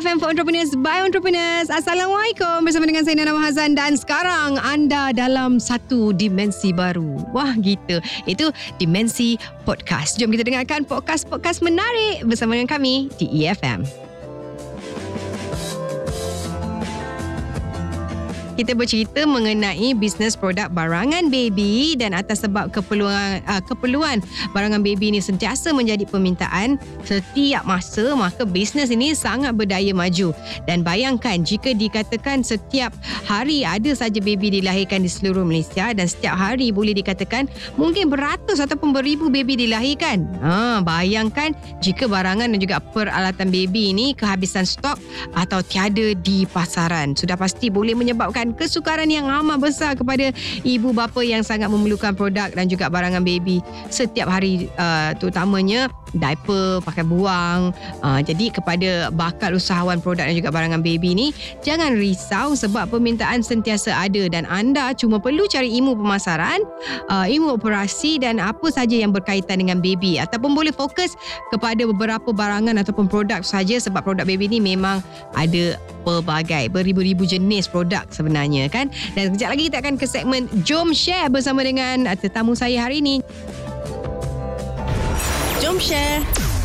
EFM for Entrepreneurs by Entrepreneurs. Assalamualaikum, bersama dengan saya Nana Mahazan. Dan sekarang anda dalam satu dimensi baru. Wah gitu, itu dimensi podcast. Jom kita dengarkan podcast-podcast menarik bersama dengan kami di EFM. Kita bercerita mengenai bisnes produk barangan baby, dan atas sebab keperluan barangan baby ini sentiasa menjadi permintaan setiap masa, maka bisnes ini sangat berdaya maju. Dan bayangkan jika dikatakan setiap hari ada saja baby dilahirkan di seluruh Malaysia, dan setiap hari boleh dikatakan mungkin beratus ataupun beribu baby dilahirkan. Bayangkan jika barangan dan juga peralatan baby ini kehabisan stok atau tiada di pasaran. Sudah pasti boleh menyebabkan kesukaran yang amat besar kepada ibu bapa yang sangat memerlukan produk dan juga barangan baby setiap hari, terutamanya diaper, pakai buang. Jadi kepada bakal usahawan produk dan juga barangan baby ni, jangan risau sebab permintaan sentiasa ada dan anda cuma perlu cari ilmu pemasaran, ilmu operasi dan apa saja yang berkaitan dengan baby, ataupun boleh fokus kepada beberapa barangan ataupun produk saja, sebab produk baby ni memang ada pelbagai, beribu-ribu jenis produk sebenarnya kan. Dan sekejap lagi kita akan ke segmen Jom Share bersama dengan tetamu saya hari ini. Jom Share.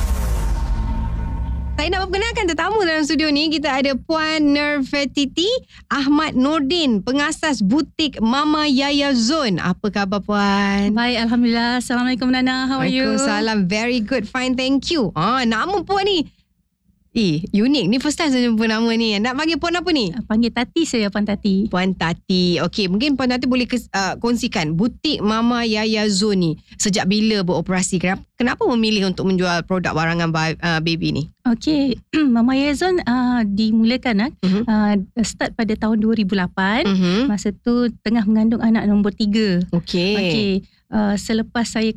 Saya nak memperkenalkan tetamu dalam studio ni. Kita ada Puan Nervetiti Ahmad Nordin, pengasas butik Mama Yaya Zone. Apa khabar Puan? Baik, Alhamdulillah. Assalamualaikum Nana, how are you? Waalaikumsalam, very good, fine, thank you. Nama Puan ni unik. Ni first time saya jumpa nama ni. Nak panggil Puan apa ni? Panggil Tati saya, Puan Tati. Puan Tati. Okey, mungkin Puan Tati boleh kongsikan butik Mama Yaya Zone ni sejak bila beroperasi? Kenapa memilih untuk menjual produk barangan baby ni? Okey, Mama Yaya Zone dimulakan start pada tahun 2008. Masa tu tengah mengandung anak nombor 3. Okey. Selepas saya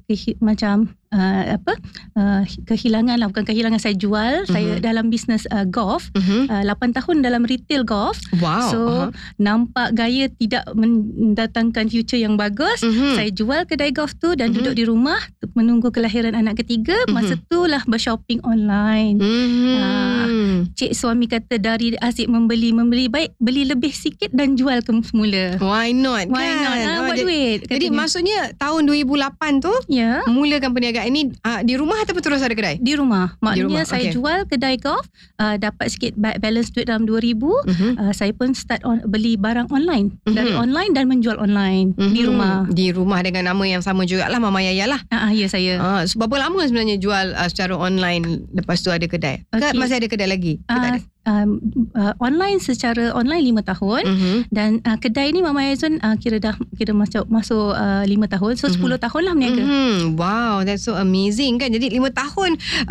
kehilangan lah, bukan kehilangan, saya jual. Saya dalam bisnes golf, 8 tahun dalam retail golf. Wow. So nampak gaya tidak mendatangkan future yang bagus. Saya jual kedai golf tu dan duduk di rumah menunggu kelahiran anak ketiga. Masa tu lah bershopping online. Cik suami kata dari asyik membeli, baik beli lebih sikit dan jual semula. Why not? Buat duit. Jadi maksudnya tahun 2008 tu mulakan perniagaan ini di rumah ataupun terus ada kedai? Di rumah. Maknanya saya okay. jual kedai golf, dapat sikit balance duit dalam 2000. Saya pun start beli barang online. Dari online dan menjual online di rumah. Di rumah dengan nama yang sama jugalah, Mama Yaya lah. Ya, saya. Berapa lama sebenarnya jual secara online lepas tu ada kedai? Okay. Masih ada kedai lagi? Online, secara online 5 tahun. Dan kedai ni Mama Yaya Zone kira masuk 5 tahun. So 10 tahun lah berniaga. Wow, that's so amazing kan. Jadi 5 tahun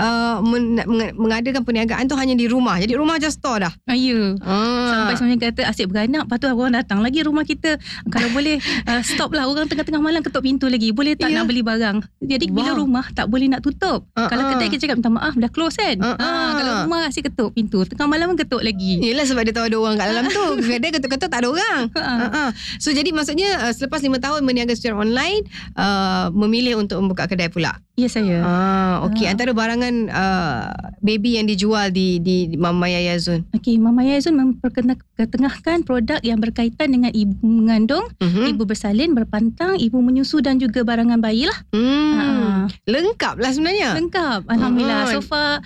mengadakan perniagaan tu hanya di rumah. Jadi rumah macam store dah. Ya. Sampai suami kata asyik beranak, lepas tu orang datang lagi rumah kita. Kalau boleh stop lah, orang tengah-tengah malam ketuk pintu lagi. Boleh tak nak beli barang? Jadi bila rumah tak boleh nak tutup. Kalau kedai kita cakap minta maaf dah close kan. Kalau rumah asyik ketuk pintu, tengah malam ketuk lagi. Yelah, sebab dia tahu ada orang kat dalam tu. Kedai ketuk-ketuk tak ada orang. So jadi maksudnya selepas 5 tahun berniaga secara online, memilih untuk membuka kedai pula. Ya, saya. Okey, antara barangan baby yang dijual di Mama Yaya Zone. Okey, Mama Yaya Zone memperkenalkan produk yang berkaitan dengan ibu mengandung, ibu bersalin, berpantang, ibu menyusu dan juga barangan bayi lah. Lengkap lah sebenarnya. Lengkap, Alhamdulillah. So far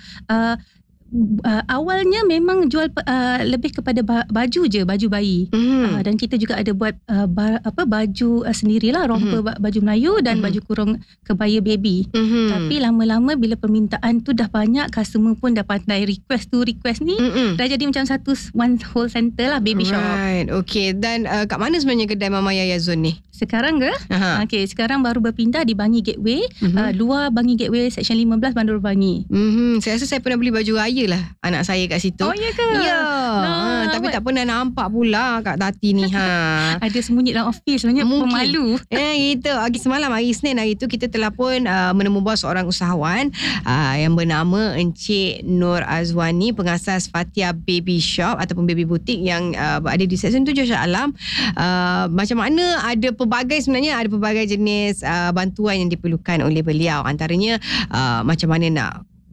awalnya memang jual lebih kepada baju je, baju bayi. Dan kita juga ada buat baju sendirilah, romper baju Melayu dan baju kurung kebaya baby. Tapi lama-lama bila permintaan tu dah banyak, customer pun dah pandai request ni, dah jadi macam one whole center lah, baby shop. Right, okay. Dan kat mana sebenarnya kedai Mama Yaya Zone ni? Sekarang ke? Okay, sekarang baru berpindah di Bangi Gateway. Luar Bangi Gateway, Section 15, Bandar Bangi. Saya rasa saya pernah beli baju raya lah anak saya kat situ. Oh, ya ke? Ya. Tapi tak pernah nampak pula Kak Tati ni. Ada sembunyi dalam office, sebenarnya pemalu. Gitu. Semalam hari Isnin hari tu, kita telah pun menemubual seorang usahawan yang bernama Encik Nur Azwani, pengasas Fatia Baby Shop ataupun Baby Boutique yang ada di Seksyen 7 Shah Alam. Macam mana ada pelbagai jenis bantuan yang diperlukan oleh beliau. Antaranya macam mana nak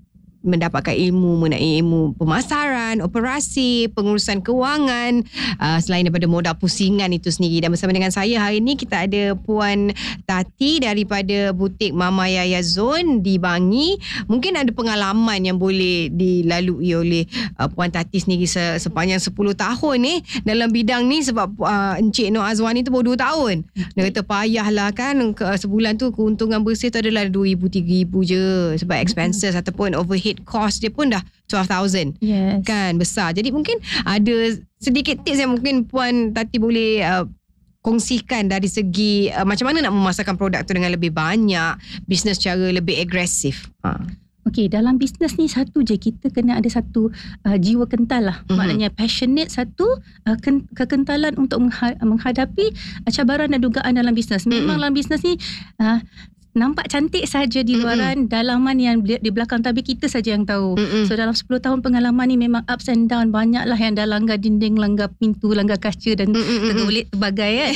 mendapatkan ilmu mengenai ilmu pemasaran, operasi, pengurusan kewangan, selain daripada modal pusingan itu sendiri. Dan bersama dengan saya hari ini kita ada Puan Tati daripada butik Mama Yaya Zone di Bangi. Mungkin ada pengalaman yang boleh dilalui oleh Puan Tati sendiri sepanjang 10 tahun ni dalam bidang ni, sebab Encik Nur Azwani tu baru 2 tahun. Dia kata payahlah kan, sebulan tu keuntungan bersih tu adalah 2,000-3,000 je, sebab expenses ataupun overhead cost dia pun dah 12,000. Yes. Kan besar. Jadi mungkin ada sedikit tips yang mungkin Puan Tati boleh kongsikan dari segi macam mana nak memasarkan produk tu dengan lebih banyak, bisnes secara lebih agresif. Okey, dalam bisnes ni satu je, kita kena ada satu jiwa kental lah. Maknanya passionate, satu kekentalan untuk menghadapi cabaran dan dugaan dalam bisnes. Memang dalam bisnes ni nampak cantik saja di luaran, dalaman yang di belakang tabir kita saja yang tahu. So dalam 10 tahun pengalaman ni memang ups and down, banyaklah yang dah langgar dinding, langgar pintu, langgar kaca dan tergulit terbagai kan.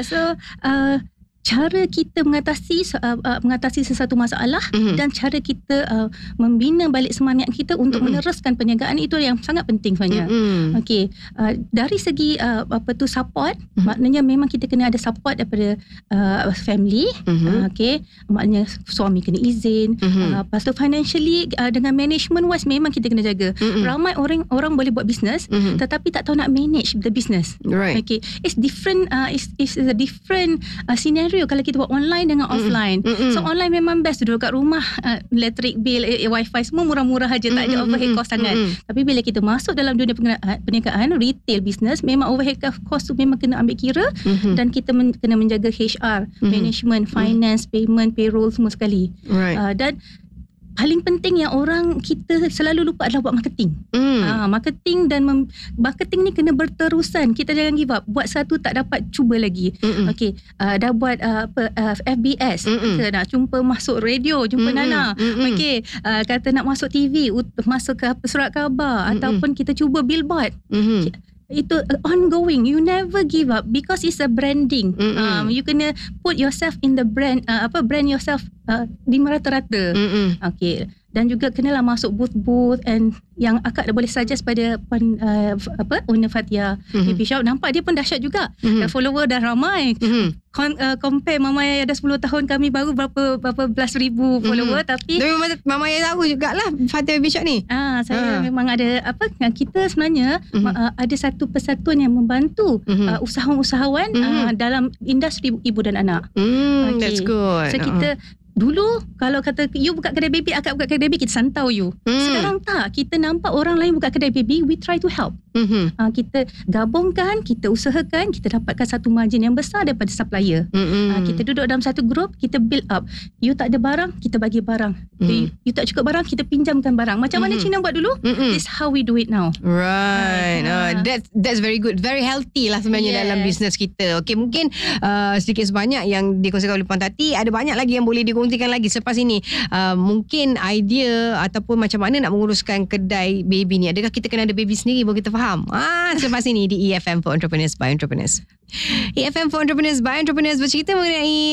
Cara kita mengatasi sesuatu masalah dan cara kita membina balik semangat kita untuk meneruskan perniagaan, itu yang sangat penting sebenarnya. Okey, dari segi support, maknanya memang kita kena ada support daripada family. Okey, maknanya suami kena izin. Lepas tu financially, dengan management wise memang kita kena jaga. Ramai orang boleh buat bisnes tetapi tak tahu nak manage the business. Right. Okay, it's different. It's a different scenario kalau kita buat online dengan offline. So online memang best, duduk kat rumah, electric bill, wifi semua murah-murah aja, tak ada overhead cost sangat. Tapi bila kita masuk dalam dunia perniagaan, retail business, memang overhead cost tu memang kena ambil kira, dan kita kena menjaga HR, management, finance, payment, payroll semua sekali. Right. Dan paling penting yang orang kita selalu lupa adalah buat marketing. Marketing dan marketing ni kena berterusan. Kita jangan give up. Buat satu tak dapat, cuba lagi. Okey, dah buat FBS, kita nak jumpa masuk radio, jumpa Nana. Okey, kata nak masuk TV, masuk ke surat khabar, ataupun kita cuba billboard. Itu ongoing. You never give up because it's a branding. You kena put yourself in the brand, brand yourself di merata-rata. Okay. Dan juga kenalah masuk booth-booth and yang akak dah boleh suggest pada owner Fatia Baby Shop. Nampak dia pun dahsyat juga. Follower dah ramai. Compare Mama Yaya dah 10 tahun, kami baru berapa belas ribu follower. Tapi Mama Yaya tahu jugalah Fatia Baby Shop ni. Saya memang ada kita sebenarnya ada satu persatuan yang membantu usahawan-usahawan dalam industri ibu dan anak. That's good. So kita dulu kalau kata you buka kedai baby, akak buka kedai baby, kita santau you. Sekarang tak, kita nampak orang lain buka kedai baby, we try to help. Kita gabungkan, kita usahakan, kita dapatkan satu margin yang besar daripada supplier. Kita duduk dalam satu group, kita build up. You tak ada barang, kita bagi barang. You tak cukup barang, kita pinjamkan barang. Macam mana Cina buat dulu? This how we do it now. Right. That's very good. Very healthy lah sebenarnya dalam bisnes kita. Okay, mungkin sedikit sebanyak yang dikongsikan oleh Puan Tati. Ada banyak lagi yang boleh dikongsikan lagi selepas ini. Mungkin idea ataupun macam mana nak menguruskan kedai baby ni. Adakah kita kena ada baby sendiri baru kita faham? Selepas ini di EFM for Entrepreneurs by Entrepreneurs. EFM for Entrepreneurs by Entrepreneurs bercerita mengenai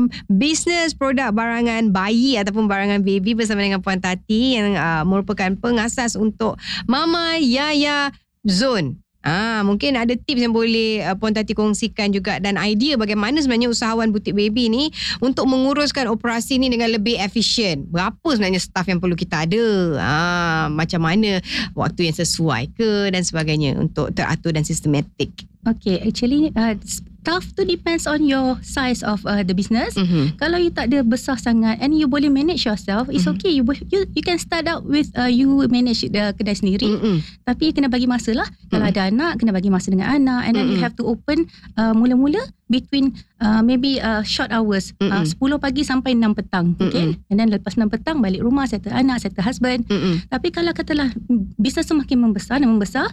bisnes produk barangan bayi ataupun barangan baby bersama dengan Puan Tati yang merupakan pengasas untuk Mama Yaya Zone. Mungkin ada tips yang boleh Puan Tati kongsikan juga, dan idea bagaimana sebenarnya usahawan butik baby ni untuk menguruskan operasi ni dengan lebih efisien. Berapa sebenarnya staff yang perlu kita ada, macam mana waktu yang sesuai ke dan sebagainya untuk teratur dan sistematik. Okay, actually staff tu depends on your size of the business. Kalau you tak ada besar sangat and you boleh manage yourself, it's okay. You can start out with you manage the kedai sendiri. Tapi kena bagi masa lah. Kalau ada anak, kena bagi masa dengan anak, and then you have to open mula-mula between maybe short hours, 10 pagi sampai 6 petang. Okay, and then lepas 6 petang balik rumah, settle anak, settle husband. Tapi kalau katalah bisnes tu makin membesar dan membesar,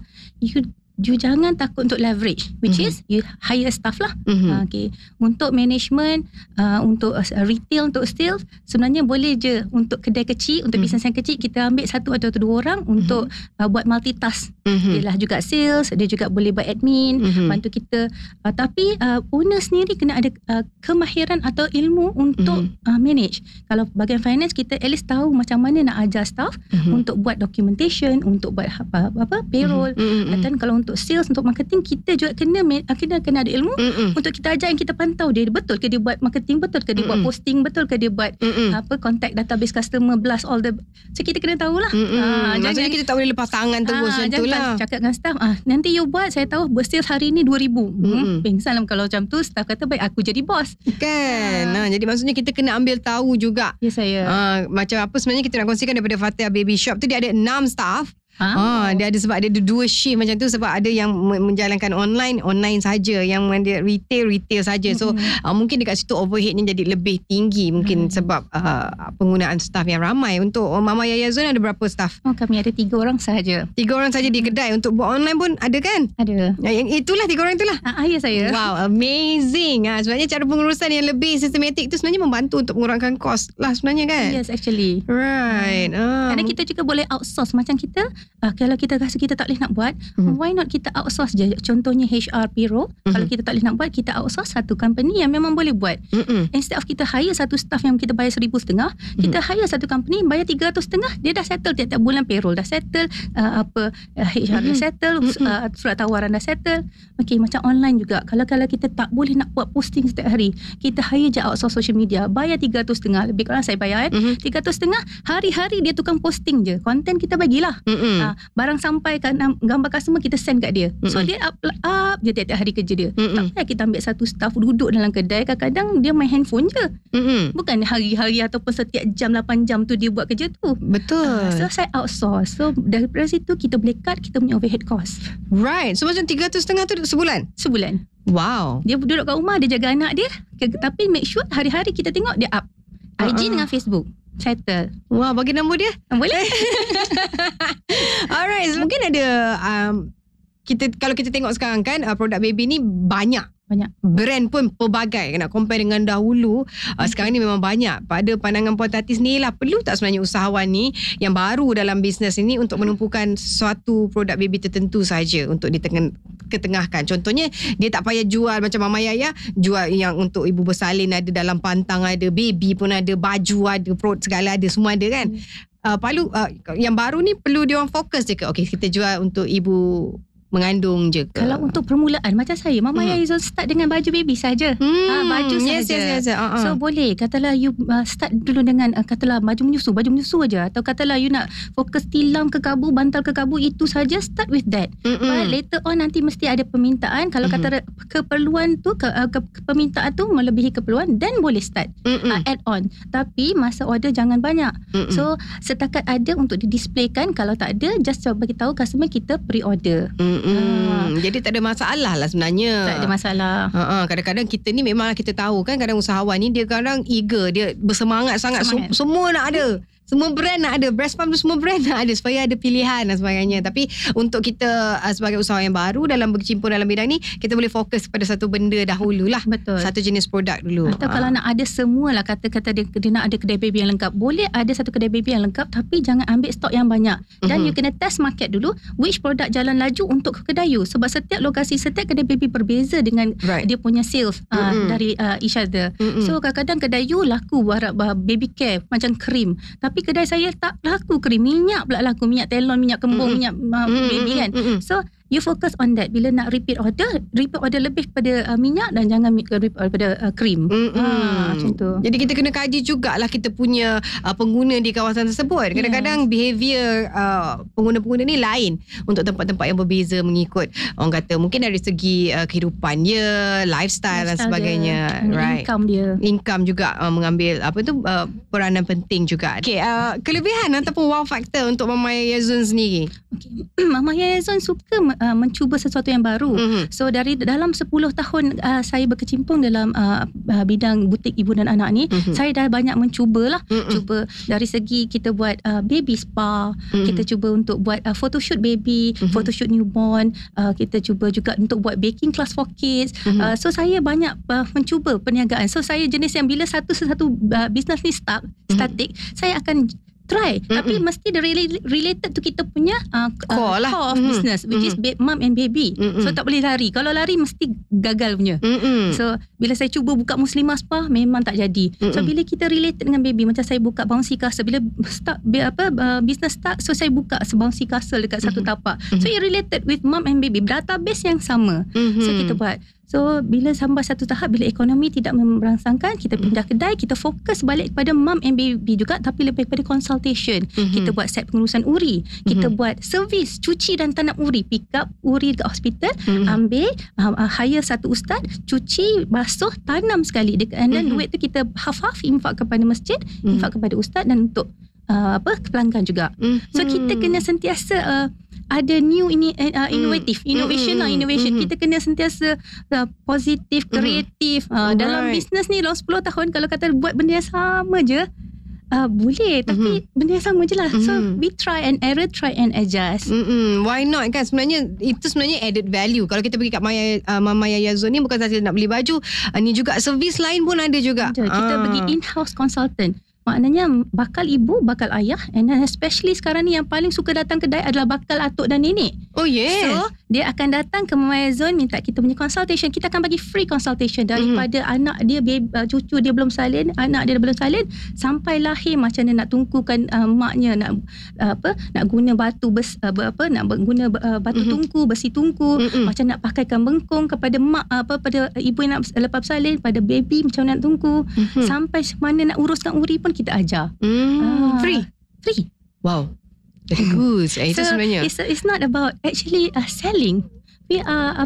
you jangan takut untuk leverage, which is you hire staff lah. Okay. Untuk management, untuk retail, untuk sales, sebenarnya boleh je untuk kedai kecil, untuk bisnes yang kecil, kita ambil 1 atau 2 orang untuk buat multitask. Dia lah juga sales, dia juga boleh buat admin, bantu kita. Tapi owner sendiri kena ada kemahiran atau ilmu untuk manage. Kalau bahagian finance, kita at least tahu macam mana nak ajar staff untuk buat documentation, untuk buat payroll. Dan kalau untuk sales, untuk marketing, kita juga kena ada ilmu untuk kita ajar yang kita pantau dia betul ke dia buat marketing, betul ke dia buat posting, betul ke dia buat contact database customer, blast all the. So kita kena tahulah. Maksudnya kita tak boleh lepas tangan terus macam tu lah. Cakap dengan staff, nanti you buat, saya tahu bersales hari ni 2,000. Pengsan kalau macam tu, staff kata baik aku jadi bos. Kan. Jadi maksudnya kita kena ambil tahu juga. Ya saya. Macam apa sebenarnya kita nak kongsikan daripada Fatihah Baby Shop tu, dia ada 6 staff. Dia ada sebab dia ada 2 shift macam tu, sebab ada yang menjalankan online saja, yang dia retail saja. So mungkin dekat situ overheadnya jadi lebih tinggi mungkin sebab penggunaan staff yang ramai. Untuk Mama Yaya Zon ada berapa staff? Kami ada 3 orang sahaja. 3 orang saja di kedai. Untuk buat online pun ada kan? Ada. Yang itulah 3 orang itulah. Ya saya. Wow, amazing. Sebenarnya cara pengurusan yang lebih sistematik tu sebenarnya membantu untuk mengurangkan kos lah sebenarnya kan? Yes, actually. Right. Kerana kita juga boleh outsource macam kita. Kalau kita rasa kita tak boleh nak buat, why not kita outsource je. Contohnya HR payroll. Kalau kita tak boleh nak buat, kita outsource satu company yang memang boleh buat. Instead of kita hire satu staff yang kita bayar 1,500, kita hire satu company bayar 350, dia dah settle tiap-tiap bulan, payroll dah settle, HR dah settle, surat tawaran dah settle. Okay, macam online juga. Kalau kita tak boleh nak buat posting setiap hari, kita hire je outsource social media, bayar 350, lebih kurang saya bayar 350, hari-hari dia tukang posting je, konten kita bagilah. Barang sampai gambar customer kita send kat dia. So dia up je tiap-tiap hari kerja dia. Tak payah kita ambil satu staff duduk dalam kedai. Kadang-kadang dia main handphone je. Bukan hari-hari ataupun setiap jam 8 jam tu dia buat kerja tu. Betul. So saya outsource. So daripada situ kita boleh cut kita punya overhead cost. Right. So macam 350 tu sebulan? Sebulan. Wow. Dia duduk kat rumah, dia jaga anak dia. Tapi make sure hari-hari kita tengok dia up. IG dengan Facebook. Settle. Wah, bagi nombor dia? Boleh. Alright, mungkin ada kalau kita tengok sekarang kan, produk baby ni banyak. Brand pun pelbagai. Nak compare dengan dahulu, sekarang ni memang banyak. Pada pandangan Puan Tati sendiri lah, perlu tak sebenarnya usahawan ni yang baru dalam bisnes ini untuk menumpukan suatu produk baby tertentu saja untuk ketengahkan? Contohnya, dia tak payah jual macam Mama Yaya, jual yang untuk ibu bersalin ada, dalam pantang ada, baby pun ada, baju ada, perut segala ada, semua ada kan. Yang baru ni perlu dia orang fokus je ke, okay, kita jual untuk ibu mengandung je ke? Kalau untuk permulaan macam saya, Mama Yaya Zon start dengan baju baby saja. Baju saja. Yes. So boleh, katalah you start dulu dengan katalah baju menyusu aja, atau katalah you nak fokus tilam ke kabu, bantal ke kabu, itu saja, start with that. But later on nanti mesti ada permintaan. Kalau kata keperluan tu permintaan tu melebihi keperluan, then boleh start add on. Tapi masa order jangan banyak. So setakat ada untuk didisplaykan. Kalau tak ada, just bagi tahu customer kita pre-order. Jadi tak ada masalah lah sebenarnya. Tak ada masalah. Kadang-kadang kita ni memang kita tahu kan, kadang usahawan ni dia kadang eager, dia bersemangat sangat. Semua nak ada. Semua brand nak ada. Breast pump tu semua brand nak ada, supaya ada pilihan dan sebagainya. Tapi untuk kita sebagai usahawan yang baru dalam berkecimpung dalam bidang ni, kita boleh fokus pada satu benda dahululah. Betul. Satu jenis produk dulu. Atau kalau nak ada semualah, kata-kata dia nak ada kedai baby yang lengkap, boleh ada satu kedai baby yang lengkap, tapi jangan ambil stok yang banyak. Dan you kena test market dulu, which produk jalan laju untuk kedai you. Sebab setiap lokasi, setiap kedai baby berbeza dengan dia punya sales dari each other. So kadang-kadang kedai you laku baby care macam krim, tapi kedai saya tak laku krim, minyak pula laku, minyak telon, minyak kembung, minyak baby kan. So you focus on that. Bila nak repeat order lebih pada minyak, dan jangan repeat pada krim. Macam tu. Jadi kita kena kaji jugalah kita punya pengguna di kawasan tersebut. Kadang-kadang behaviour pengguna-pengguna ni lain untuk tempat-tempat yang berbeza, mengikut orang kata mungkin dari segi kehidupan dia, lifestyle dan sebagainya. Right. Income juga mengambil peranan penting juga. Okay, kelebihan ataupun wow factor untuk Mama Yaya Zon sendiri. Okay. Mama Yaya Zon suka mencuba sesuatu yang baru. So dari dalam 10 tahun saya berkecimpung dalam bidang butik ibu dan anak ni, saya dah banyak mencubalah. Cuba dari segi kita buat baby spa, kita cuba untuk buat photoshoot baby, photoshoot newborn, kita cuba juga untuk buat baking class for kids. So saya banyak mencuba perniagaan. So saya jenis yang bila satu bisnes ni static, saya akan try. Tapi mesti dia related to kita punya core of business, which is mom and baby. So tak boleh lari. Kalau lari mesti gagal punya. So bila saya cuba buka Muslimah Spa, memang tak jadi. So bila kita related dengan baby, macam saya buka bouncy castle, bila start business start, so saya buka bouncy castle dekat satu tapak. So it related with mom and baby, database yang sama. So kita buat. So bila sampai satu tahap, bila ekonomi tidak merangsangkan, kita pindah kedai, kita fokus balik kepada mom and baby juga, tapi lebih kepada consultation. Kita buat set pengurusan uri, kita buat servis cuci dan tanam uri, pick up uri dekat hospital, ambil hire satu ustaz, cuci, basuh, tanam sekali, and then duit tu kita half-half infak kepada masjid, infak kepada ustaz, dan untuk pelanggan juga. So kita kena sentiasa ada new innovation. Kita kena sentiasa positif, kreatif. Dalam bisnes ni dalam 10 tahun, kalau kata buat benda yang sama je, boleh, tapi benda yang sama je lah. So we try and error, try and adjust. Why not kan? Sebenarnya itu sebenarnya added value. Kalau kita pergi kat Mama Yaya Zone ni, bukan sahaja nak beli baju, ni juga servis lain pun ada juga. Kita pergi in-house consultant. Maknanya bakal ibu, bakal ayah, and especially sekarang ni yang paling suka datang kedai adalah bakal atuk dan nenek. Oh yes. So dia akan datang ke Mama Yaya Zone, minta kita punya consultation. Kita akan bagi free consultation daripada anak dia, cucu dia belum salin, anak dia belum salin, sampai lahir, macam mana nak tungkukan maknya, nak guna batu nak guna batu tungku, besi tungku, macam nak pakaikan bengkung kepada mak, pada ibu yang nak lepas salin, pada baby macam mana nak tungku, sampai mana nak uruskan uri pun kita ajar. Free. Wow, very good. Itu sebenarnya it's not about actually selling. We are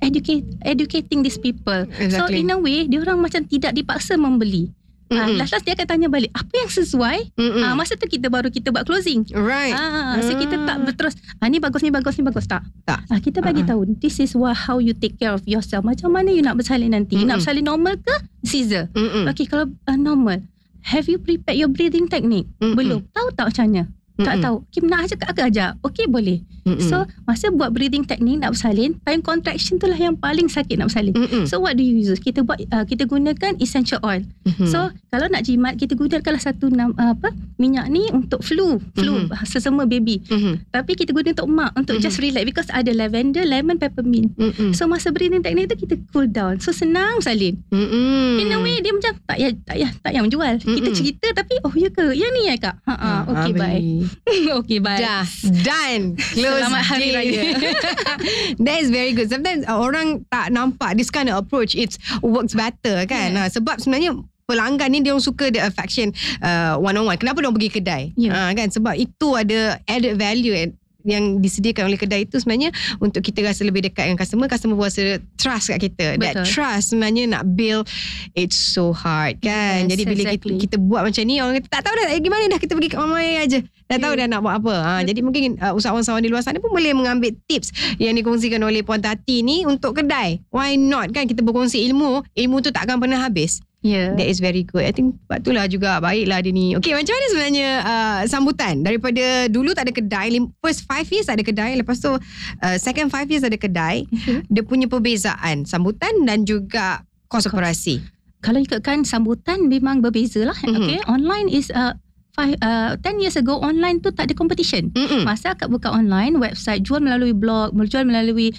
educating these people. Exactly. So in a way, dia orang macam tidak dipaksa membeli. Last dia akan tanya balik, apa yang sesuai? Masa tu kita buat closing. Right. So kita tak berterus, ni bagus. Tak. Kita bagi tahu, this is how you take care of yourself. Macam mana you nak bersalin nanti? You nak bersalin normal ke scissor? Okay, kalau normal, have you prepared your breathing technique? Belum. Tahu tak macam mana? Tak tahu. Okay, nak ajak. Okay, boleh. So masa buat breathing technique nak bersalin, time contraction tu lah yang paling sakit nak bersalin. So what do you use? Kita gunakan essential oil. So kalau nak jimat, kita gunakanlah satu minyak ni untuk flu sesama baby. Tapi kita guna untuk mak, untuk just relax, because ada lavender, lemon, peppermint. So masa breathing technique tu kita cool down. So senang salin. In a way dia macam tak payah menjual. Kita cerita, tapi oh ya ke? Yang ni ya kak? Okay, bye. Okay, bye. Dah done. Close. Selamat Hari Raya. That is very good. Sometimes orang tak nampak this kind of approach, it works better kan. Sebab sebenarnya pelanggan ni dia orang suka the affection one-on-one. Kenapa dia orang pergi kedai? Kan, sebab itu ada added value yang disediakan oleh kedai itu sebenarnya untuk kita rasa lebih dekat dengan customer pun rasa trust kat kita. Betul. That trust sebenarnya nak build, it's so hard kan. Jadi bila kita buat macam ni, orang kata tak tahu dah gimana dah, kita pergi kat Mama Yaya aje. Dah tahu dah nak buat apa. Jadi mungkin usahawan-usahawan di luar sana pun boleh mengambil tips yang dikongsikan oleh Puan Tati ni untuk kedai. Why not kan, kita berkongsi ilmu tu tak akan pernah habis. That is very good. I think sebab itulah juga baiklah dia ni. Okay, macam mana sebenarnya sambutan? Daripada dulu tak ada kedai, first 5 years ada kedai, lepas tu second 5 years ada kedai. Dia punya perbezaan sambutan dan juga kos operasi. Kalau ikutkan sambutan memang berbeza lah. Okay, online is 10 years ago, online tu tak ada competition. Masa akak buka online, website, jual melalui blog, jual melalui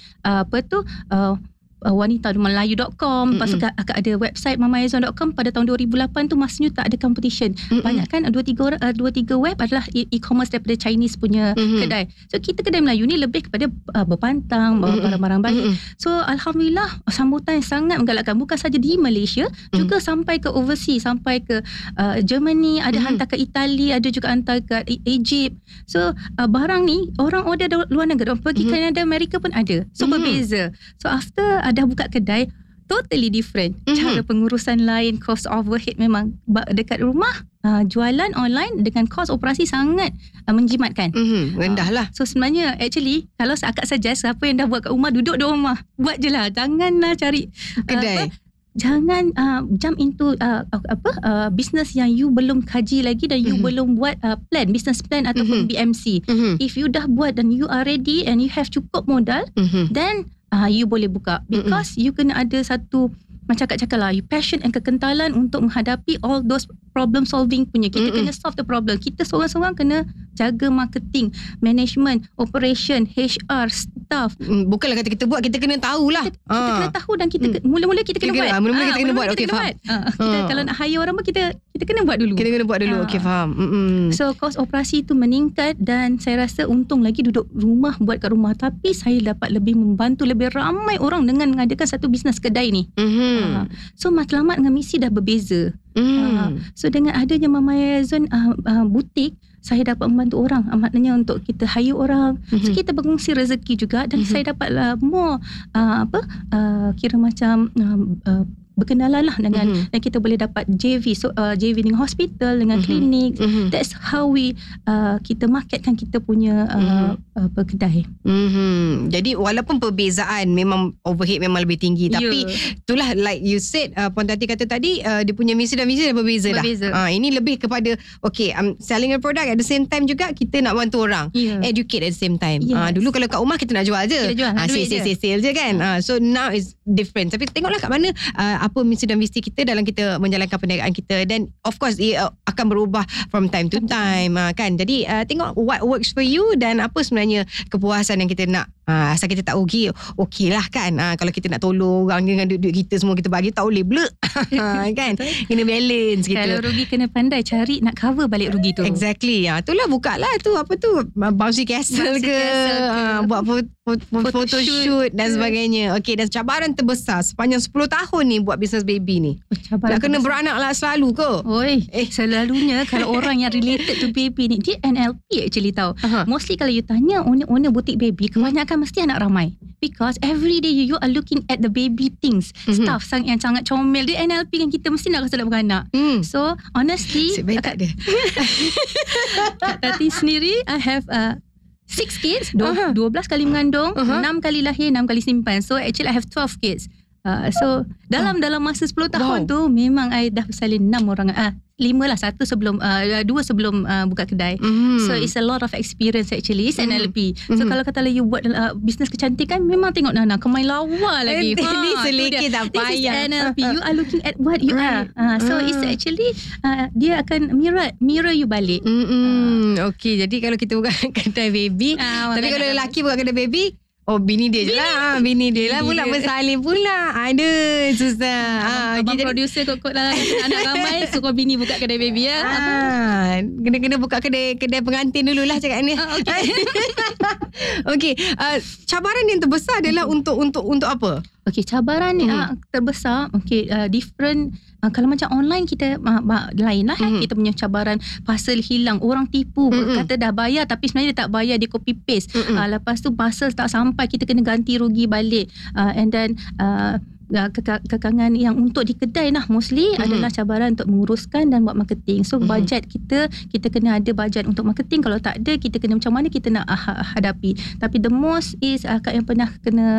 wanitadumelayu.com. Lepas tu akak ada website mamayazon.com. Pada tahun 2008 tu masanya tak ada competition. Banyak kan 2-3 web adalah e-commerce daripada Chinese punya kedai. So kita kedai Melayu ni lebih kepada berpantang, bawa barang-barang baik. So Alhamdulillah sambutan sangat menggalakkan, bukan saja di Malaysia, juga sampai ke overseas, sampai ke Germany, ada hantar ke Itali, ada juga hantar ke Egypt. So barang ni orang order luar negara, pergi Canada, Amerika pun ada. So berbeza. So after dah buka kedai, totally different. Cara pengurusan lain, cost overhead memang dekat rumah, jualan online dengan kos operasi sangat menjimatkan. Rendah lah. So sebenarnya actually kalau akak suggest siapa yang dah buat kat rumah, duduk di rumah, buat je lah. Janganlah cari kedai. Jangan jump into business yang you belum kaji lagi dan you belum buat business plan ataupun BMC. If you dah buat dan you are ready and you have cukup modal, then you boleh buka, because you kena ada satu, macam Kak cakap lah, you passion and kekentalan untuk menghadapi all those problem solving punya. Kita kena solve the problem. Kita seorang-seorang kena jaga marketing, management, operation, HR, staff. Bukanlah kata kita buat, kita kena tahulah. Kita kena tahu dan kita mula-mula kita kena buat. Mula-mula kita kena buat. Okey, faham. Kita kalau nak hire orang pun kita kena buat dulu. Kita kena buat dulu. Okey, faham. So kos operasi tu meningkat dan saya rasa untung lagi duduk rumah, buat kat rumah, tapi saya dapat lebih membantu lebih ramai orang dengan mengadakan satu bisnes kedai ni. So matlamat dengan misi dah berbeza. So dengan adanya Mama Yazon butik, saya dapat membantu orang, maknanya untuk kita hire orang. So kita berkongsi rezeki juga dan saya dapat more kira macam berkenalan lah dengan dan kita boleh dapat JV. So JV dengan hospital, dengan klinik. That's how we kita marketkan kita punya kedai. Jadi walaupun perbezaan memang overhead memang lebih tinggi, tapi itulah like you said, Puan Tati kata tadi, dia punya misi dah berbeza dah. Ini lebih kepada I'm selling a product, at the same time juga kita nak bantu orang, educate at the same time. Dulu kalau kat rumah kita nak jual je, sale je kan. So now is different. Tapi tengoklah kat mana apa misi dan visi kita dalam kita menjalankan perniagaan kita, dan of course ia akan berubah from time to time kan. Jadi tengok what works for you dan apa sebenarnya kepuasan yang kita nak. Asal kita tak rugi, okey lah kan. Kalau kita nak tolong orang dengan duit kita semua kita bagi, tak boleh blek kan. Kena balance gitu. Kalau rugi kena pandai cari nak cover balik rugi tu. Exactly. Itulah buka lah tu apa tu, bouncy castle ke, buat photoshoot dan sebagainya. Okey, dan cabaran terbesar sepanjang 10 tahun ni buat bisnes baby ni, nak kena beranak lah selalu ke? Selalunya kalau orang yang related to baby ni, dia NLP actually tahu. Mostly kalau you tanya owner butik baby, kebanyakan mesti anak ramai. Because every day you are looking at the baby things, stuff yang sangat comel. Dia NLP kan, kita mesti nak rasa nak beranak. So honestly, Kak Tati sendiri, I have 6 kids, 12 kali mengandung, 6 kali lahir, 6 kali simpan. So actually I have 12 kids. So dalam masa 10 tahun tu memang I dah bersalin 6 orang. 5 lah, 1 sebelum 2 sebelum buka kedai. So it's a lot of experience actually. It's NLP. So kalau kata you buat bisnes kecantikan, memang tengok Nana kemain lawa lagi. Ini sedikit tak payah. This is NLP. You are looking at what you are. So it's actually dia akan mirror you balik. Okay, jadi kalau kita buka kedai baby, tapi kalau lelaki buka kedai baby, bini dia je lah. Bini dia lah pula bersalin pula. Aduh, susah. Abang producer kot lah, anak ramai, suruh bini buka kedai baby ya. Kena buka kedai pengantin dululah cakap ni. Okey, cabaran yang terbesar adalah untuk apa? Okey, cabaran terbesar, different. Kalau macam online kita lain lah. Kita punya cabaran parcel hilang, orang tipu, kata dah bayar tapi sebenarnya dia tak bayar, dia copy paste. Lepas tu parcel tak sampai, kita kena ganti rugi balik. And then kekangan yang untuk di kedai lah mostly adalah cabaran untuk menguruskan dan buat marketing. So budget kita kena ada budget untuk marketing. Kalau tak ada, kita kena macam mana kita nak hadapi. Tapi the most is Kak yang pernah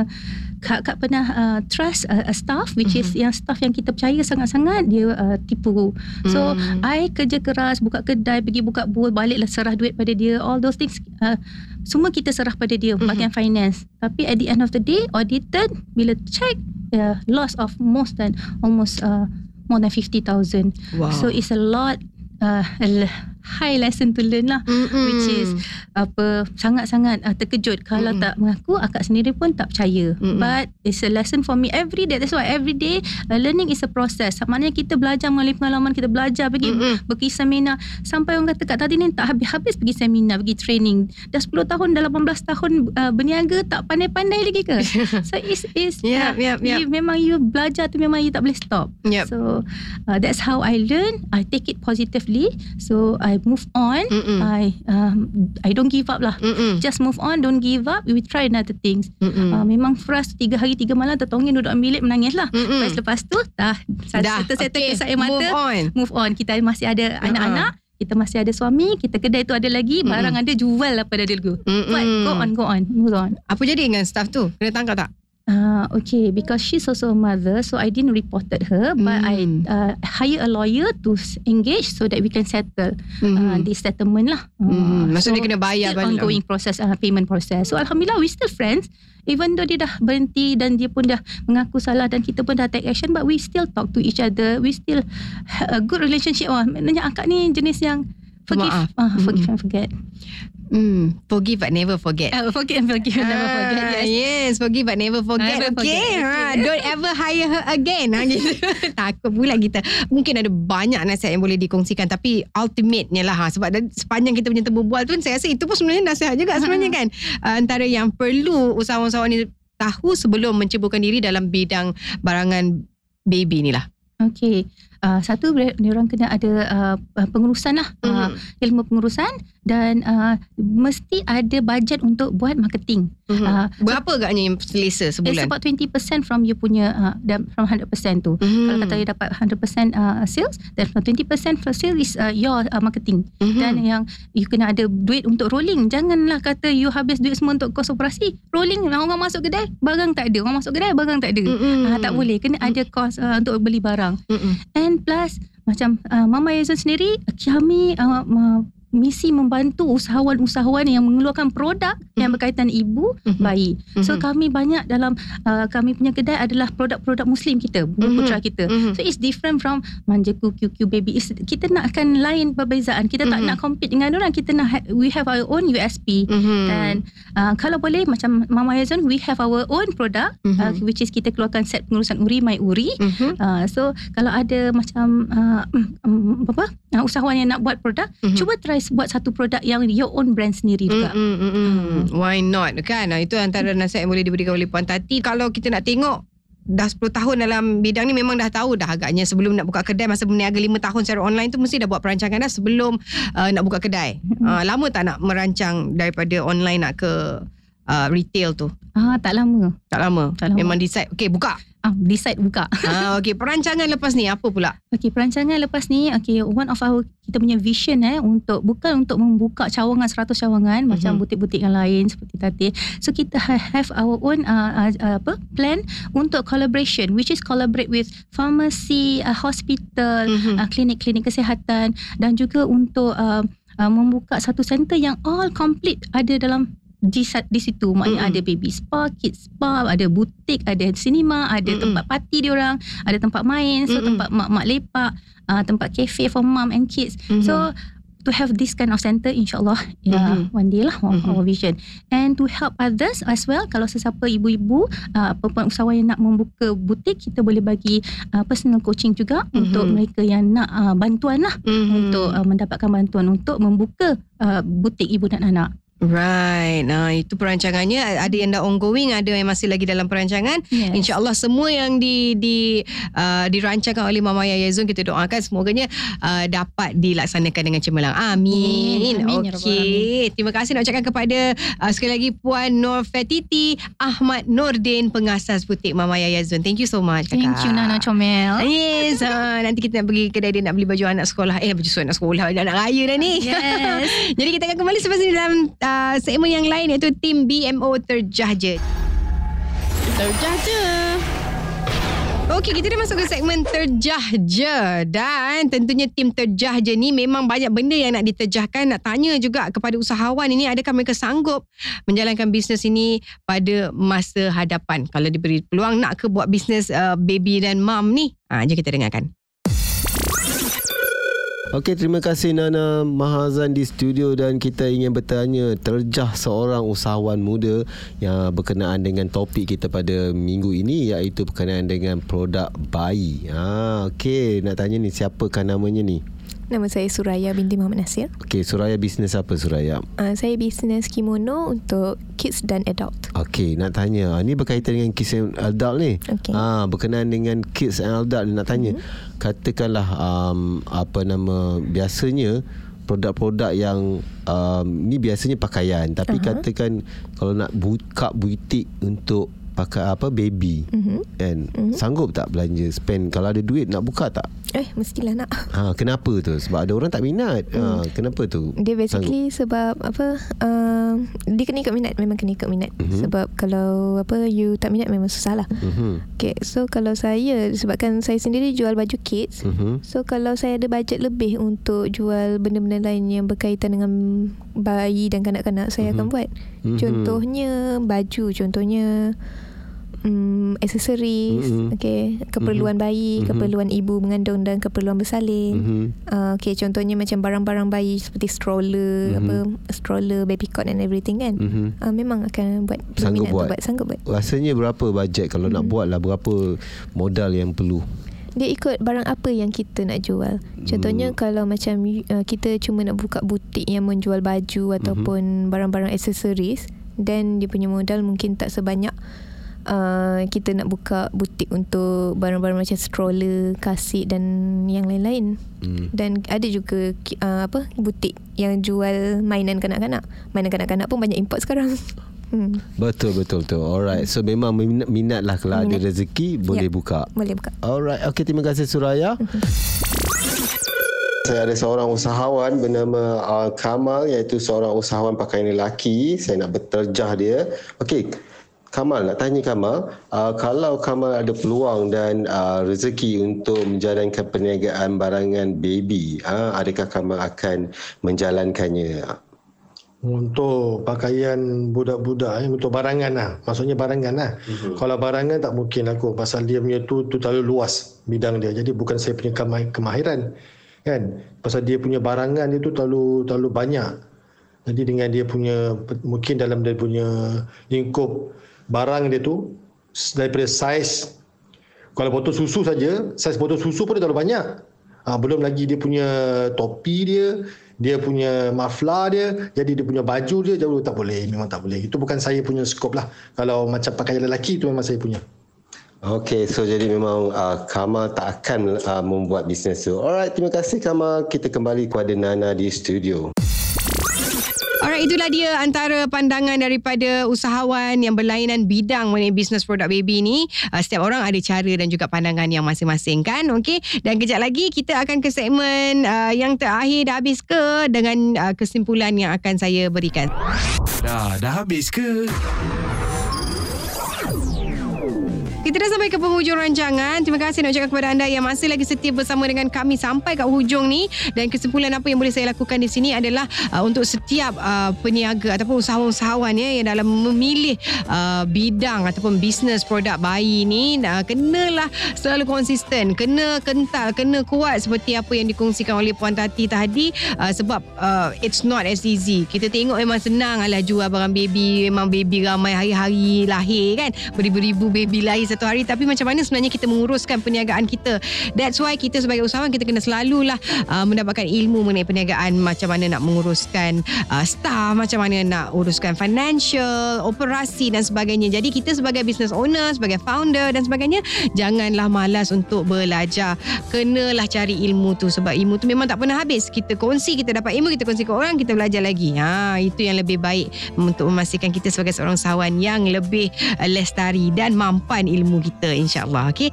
trust a staff, which is yang staff yang kita percaya sangat-sangat, dia tipu. So I kerja keras, buka kedai, pergi buka booth, baliklah serah duit pada dia, all those things semua kita serah pada dia, bahagian finance. Tapi at the end of the day, audited, bila check, loss of almost more than 50,000. Wow. So it's a lot, high lesson to learn lah, which is sangat-sangat terkejut. Kalau tak mengaku, akak sendiri pun tak percaya. But it's a lesson for me every day. That's why every day learning is a process. Maknanya kita belajar melalui pengalaman, kita belajar pergi seminar, sampai orang kata Kak Tati ni tak habis-habis pergi seminar, pergi training. Dah 10 tahun, dah 18 tahun berniaga, tak pandai-pandai lagi ke? So memang you belajar tu, memang you tak boleh stop. So that's how I learn. I take it positively. So I move on. I don't give up lah. Just move on, don't give up. We try another things. Memang frust 3 hari 3 malam tertongeng duduk dalam bilik menangis lah. Lepas tu dah settle kisah air mata. Move on. Kita masih ada anak-anak, kita masih ada suami, kita kedai tu ada lagi, barang ada, jual lah pada dia dulu. But go on, move on. Apa jadi dengan staff tu? Kena tangkap tak? Okay, because she's also a mother, so I didn't reported her, but I hire a lawyer to engage so that we can settle this settlement lah. Maksudnya kena bayar balik. Ongoing process, payment process. So Alhamdulillah, we still friends. Even though dia dah berhenti dan dia pun dah mengaku salah dan kita pun dah take action, but we still talk to each other. We still a good relationship. Maknanya akak ni jenis yang forgive and forget. Forgive but never forget. Forgive and forgive and never forget. Yes, forgive but never forget. Never Okay. forget. Don't ever hire her again. Gitu. Takut pula kita. Mungkin ada banyak nasihat yang boleh dikongsikan, tapi ultimate-nya lah. Sebab sepanjang kita punya berbual tu, saya rasa itu pun sebenarnya nasihat juga sebenarnya kan. Antara yang perlu usahawan-usahawan ni tahu sebelum menceburkan diri dalam bidang barangan baby ni lah. Okay. Satu, diorang kena ada pengurusan lah, ilmu pengurusan, dan mesti ada bajet untuk buat marketing. Berapa agaknya yang selesa sebulan? It's about 20% from you punya from 100% tu. Kalau kata you dapat 100% sales, then 20% for sales is your marketing. Dan yang you kena ada duit untuk rolling. Janganlah kata you habis duit semua untuk kos operasi. Rolling, orang masuk kedai, barang tak ada. Orang masuk kedai, barang tak ada. Tak boleh. Kena ada kos untuk beli barang. And plus, macam Mama Yazon sendiri, kami misi membantu usahawan-usahawan yang mengeluarkan produk yang berkaitan ibu, bayi. So kami banyak dalam kami punya kedai adalah produk-produk Muslim kita, bumi putra kita. So it's different from Manjaku, QQ Baby. Kita nakkan lain perbezaan. Kita tak nak compete dengan orang. Kita nak we have our own USP. Dan kalau boleh macam Mama Yazon, we have our own product, which is kita keluarkan set pengurusan Uri My Uri. So kalau ada macam usahawan yang nak buat produk, cuba try buat satu produk yang your own brand sendiri juga. Why not kan? Itu antara nasihat yang boleh diberikan oleh Puan Tati. Kalau kita nak tengok dah 10 tahun dalam bidang ni, memang dah tahu dah agaknya sebelum nak buka kedai, masa berniaga 5 tahun secara online tu mesti dah buat perancangan dah sebelum nak buka kedai. Lama tak nak merancang daripada online nak ke retail tu? Tak lama. Tak lama. Memang decide, okay buka. Decide buka. Okay, perancangan lepas ni apa pula? Okay, perancangan lepas ni, okay, one of our kita punya vision untuk bukan untuk membuka cawangan 100 cawangan macam butik-butik yang lain seperti Tati. So kita have our own plan untuk collaboration, which is collaborate with pharmacy, hospital, klinik-klinik kesihatan, dan juga untuk membuka satu center yang all complete ada dalam di situ. Maknanya ada baby spa, kids spa, ada butik, ada cinema, ada tempat party diorang, ada tempat main, so tempat mak-mak lepak, tempat cafe for mom and kids. So to have this kind of center, insyaAllah one day lah our vision. And to help others as well, kalau sesiapa ibu-ibu perempuan usahawan yang nak membuka butik, kita boleh bagi personal coaching juga untuk mereka yang nak bantuan lah, untuk mendapatkan bantuan untuk membuka butik ibu dan anak. Right. Itu perancangannya. Ada yang dah ongoing, ada yang masih lagi dalam perancangan. Yes. InsyaAllah semua yang dirancangkan oleh Mama Yazon, kita doakan semoganya dapat dilaksanakan dengan cemerlang. Amin. Okey. Terima kasih nak ucapkan kepada sekali lagi Puan Nur Fatiti Ahmad Nordin, pengasas butik Mama Yazon. Thank you so much, Kakak. Thank you, Nana Comel. Yes. Nanti kita nak pergi kedai dia nak beli baju anak sekolah. Baju anak sekolah, anak raya dah ni. Yes. Jadi kita akan kembali selepas ini dalam segmen yang lain, iaitu tim BMO Terjah Je. Terjah Je. Okey, kita dah masuk ke segmen Terjah Je. Dan tentunya tim Terjah Je ni memang banyak benda yang nak diterjahkan. Nak tanya juga kepada usahawan ini, adakah mereka sanggup menjalankan bisnes ini pada masa hadapan? Kalau diberi peluang, nak ke buat bisnes baby dan mom ni? Jom kita dengarkan. Okey, terima kasih Nana Mahazan di studio, dan kita ingin bertanya terjah seorang usahawan muda yang berkenaan dengan topik kita pada minggu ini, iaitu berkenaan dengan produk bayi. Okey, nak tanya ni, siapakah namanya ni? Nama saya Suraya binti Muhammad Nasir. Okey, Suraya bisnes apa Suraya? Saya bisnes kimono untuk kids dan adult. Okey, nak tanya, ni berkaitan dengan kids and adult ni. Okay. Berkenaan dengan kids and adult, nak tanya, katakanlah biasanya produk-produk yang ni biasanya pakaian, tapi katakan kalau nak buka butik untuk pakai baby, kan, sanggup tak belanja spend, kalau ada duit nak buka tak? Mestilah nak. Kenapa tu? Sebab ada orang tak minat. Kenapa tu? Dia basically sebab dia kena ikut minat. Memang kena ikut minat. Sebab kalau you tak minat memang susah lah. Okay, so kalau saya, sebabkan saya sendiri jual baju kids, so kalau saya ada bajet lebih untuk jual benda-benda lain yang berkaitan dengan bayi dan kanak-kanak, saya akan buat. Contohnya baju, contohnya aksesoris, keperluan bayi, keperluan ibu mengandung dan keperluan bersalin. Contohnya macam barang-barang bayi seperti stroller, stroller, baby cot and everything kan. Memang akan buat. Sanggup buat. Sanggup buat. Rasanya berapa bajet kalau nak buat lah, berapa modal yang perlu? Dia ikut barang apa yang kita nak jual. Contohnya kalau macam kita cuma nak buka butik yang menjual baju ataupun barang-barang aksesoris, dan dia punya modal mungkin tak sebanyak kita nak buka butik untuk barang-barang macam stroller, kasit dan yang lain-lain. Dan ada juga butik yang jual mainan kanak-kanak. Mainan kanak-kanak pun banyak import sekarang. Betul. Alright. So memang minat lah, kalau ada rezeki boleh buka. Boleh buka. Alright. Okay, terima kasih Suraya. Saya ada seorang usahawan bernama Kamal, iaitu seorang usahawan pakaian lelaki. Saya nak berterjah dia. Okay, Kamal, nak tanya Kamal, kalau Kamal ada peluang dan rezeki untuk menjalankan perniagaan barangan baby, adakah Kamal akan menjalankannya? Untuk pakaian budak-budak, untuk barangan lah. Maksudnya barangan lah. Kalau barangan tak mungkin aku, pasal dia punya tu terlalu luas bidang dia. Jadi bukan saya punya kemahiran kan. Pasal dia punya barangan dia tu terlalu banyak. Jadi dengan dia punya, mungkin dalam dia punya lingkup barang dia tu, daripada saiz, kalau botol susu saja, saiz botol susu pun dia terlalu banyak. Belum lagi dia punya topi dia punya maflar dia, jadi dia punya baju dia jauh tak boleh, memang tak boleh. Itu bukan saya punya skop lah. Kalau macam pakaian lelaki itu memang saya punya. Okay, so jadi memang Kamal tak akan membuat bisnes tu. Alright, terima kasih Kamal. Kita kembali kepada Nana di studio. Alright, itulah dia antara pandangan daripada usahawan yang berlainan bidang mengenai bisnes produk baby ni. Setiap orang ada cara dan juga pandangan yang masing-masing kan. Okay, dan kejap lagi kita akan ke segmen yang terakhir. Dah habis ke dengan kesimpulan yang akan saya berikan? Dah habis ke? Kita dah sampai ke penghujung rancangan. Terima kasih nak ucapkan kepada anda yang masih lagi setia bersama dengan kami sampai kat hujung ni. Dan kesimpulan apa yang boleh saya lakukan di sini adalah untuk setiap peniaga ataupun usahawan-usahawan yang dalam memilih bidang ataupun bisnes produk bayi ni, kenalah selalu konsisten, kena kental, kena kuat seperti apa yang dikongsikan oleh Puan Tati tadi. Sebab it's not as easy. Kita tengok memang senang lah jual barang baby. Memang baby ramai hari-hari lahir kan. Beribu-ribu baby lahir satu hari, tapi macam mana sebenarnya kita menguruskan perniagaan kita. That's why kita sebagai usahawan kita kena selalulah mendapatkan ilmu mengenai perniagaan, macam mana nak menguruskan staff, macam mana nak uruskan financial, operasi dan sebagainya. Jadi kita sebagai business owner, sebagai founder dan sebagainya, janganlah malas untuk belajar. Kenalah cari ilmu tu, sebab ilmu tu memang tak pernah habis. Kita kongsi, kita dapat ilmu, kita kongsi ke orang, kita belajar lagi. Itu yang lebih baik untuk memastikan kita sebagai seorang usahawan yang lebih lestari dan mampan ilmu kita, insyaAllah. Okay.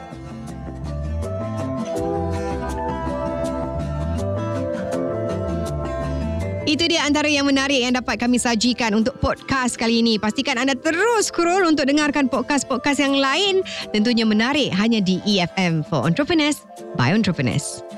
Itu dia antara yang menarik yang dapat kami sajikan untuk podcast kali ini. Pastikan anda terus scroll untuk dengarkan podcast-podcast yang lain. Tentunya menarik hanya di EFM for Entrepreneurs by Entrepreneurs.